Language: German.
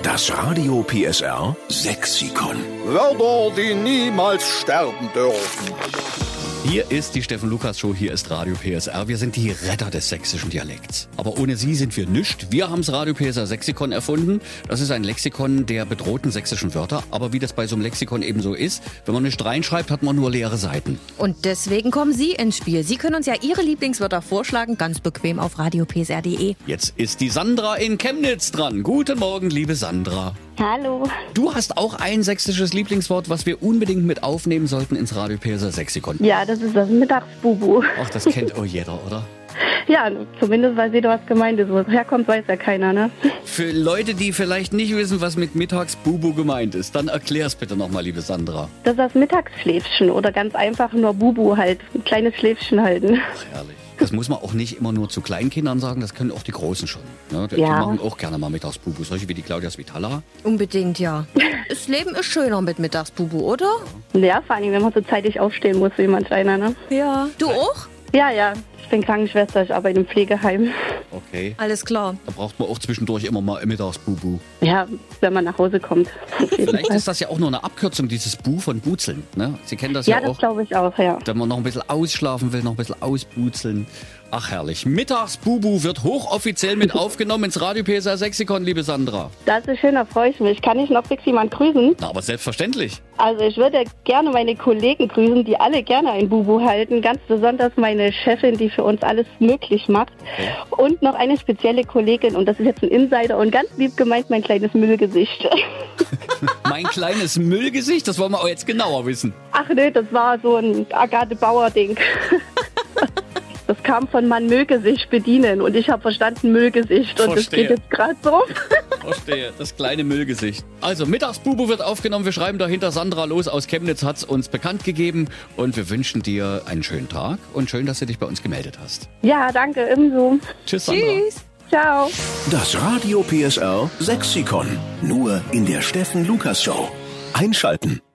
Das Radio PSR Sexikon. Wörter, die niemals sterben dürfen. Hier ist die Steffen-Lukas-Show, hier ist Radio PSR. Wir sind die Retter des sächsischen Dialekts. Aber ohne sie sind wir nischt. Wir haben das Radio PSR Sexikon erfunden. Das ist ein Lexikon der bedrohten sächsischen Wörter. Aber wie das bei so einem Lexikon eben so ist, wenn man nicht reinschreibt, hat man nur leere Seiten. Und deswegen kommen Sie ins Spiel. Sie können uns ja Ihre Lieblingswörter vorschlagen, ganz bequem auf radiopsr.de. Jetzt ist die Sandra in Chemnitz dran. Guten Morgen, liebe Sandra. Hallo. Du hast auch ein sächsisches Lieblingswort, was wir unbedingt mit aufnehmen sollten ins Radio PSR Sexikon. Ja, das ist das Mittagsbubu. Ach, das kennt auch jeder, oder? Ja, zumindest weiß jeder, was gemeint ist. Wo es herkommt, weiß ja keiner, ne? Für Leute, die vielleicht nicht wissen, was mit Mittagsbubu gemeint ist, dann erklär's bitte nochmal, liebe Sandra. Das ist das Mittagsschläfchen oder ganz einfach nur Bubu halt. Ein kleines Schläfchen halten. Ach, herrlich. Das muss man auch nicht immer nur zu Kleinkindern sagen, das können auch die Großen schon. Ne? Die Ja. machen auch gerne mal Mittagsbubu, solche wie die Claudia Svitala. Unbedingt, ja. Das Leben ist schöner mit Mittagsbubu, oder? Ja, vor allem, wenn man so zeitig aufstehen muss wie manch einer, ne? Ja. Du auch? Ja. Ich bin Krankenschwester, ich arbeite im Pflegeheim. Okay. Alles klar. Da braucht man auch zwischendurch immer mal Mittagsbubu. Ja, wenn man nach Hause kommt. Vielleicht ist das ja auch nur eine Abkürzung, dieses Bu von Buzeln. Ne? Sie kennen das Ja, ja das auch. glaube ich auch, ja. Wenn man noch ein bisschen ausschlafen will, noch ein bisschen ausbuzeln. Ach herrlich. Mittagsbubu wird hochoffiziell mit aufgenommen ins Radio PSR Sexikon, liebe Sandra. Das ist schön, da freue ich mich. Kann ich noch fix jemand grüßen? Na, aber selbstverständlich. Also ich würde gerne meine Kollegen grüßen, die alle gerne ein Bubu halten. Ganz besonders meine Chefin, die für uns alles möglich macht. Okay. Und noch eine spezielle Kollegin, und das ist jetzt ein Insider und ganz lieb gemeint, mein kleines Müllgesicht. Mein kleines Müllgesicht, das wollen wir auch jetzt genauer wissen. Ach nee, das war so ein Agathe Bauer-Ding. Das kam von man möge sich bedienen und ich habe verstanden Müllgesicht und das Verstehe. geht jetzt gerade so. Verstehe, das kleine Müllgesicht. Also, Mittagsbubu wird aufgenommen. Wir schreiben dahinter. Sandra Los aus Chemnitz hat es uns bekannt gegeben. Und wir wünschen dir einen schönen Tag und schön, dass du dich bei uns gemeldet hast. Ja, danke, ebenso. Tschüss, Sandra. Tschüss. Ciao. Das Radio PSR Sexikon. Nur in der Steffen-Lukas-Show. Einschalten.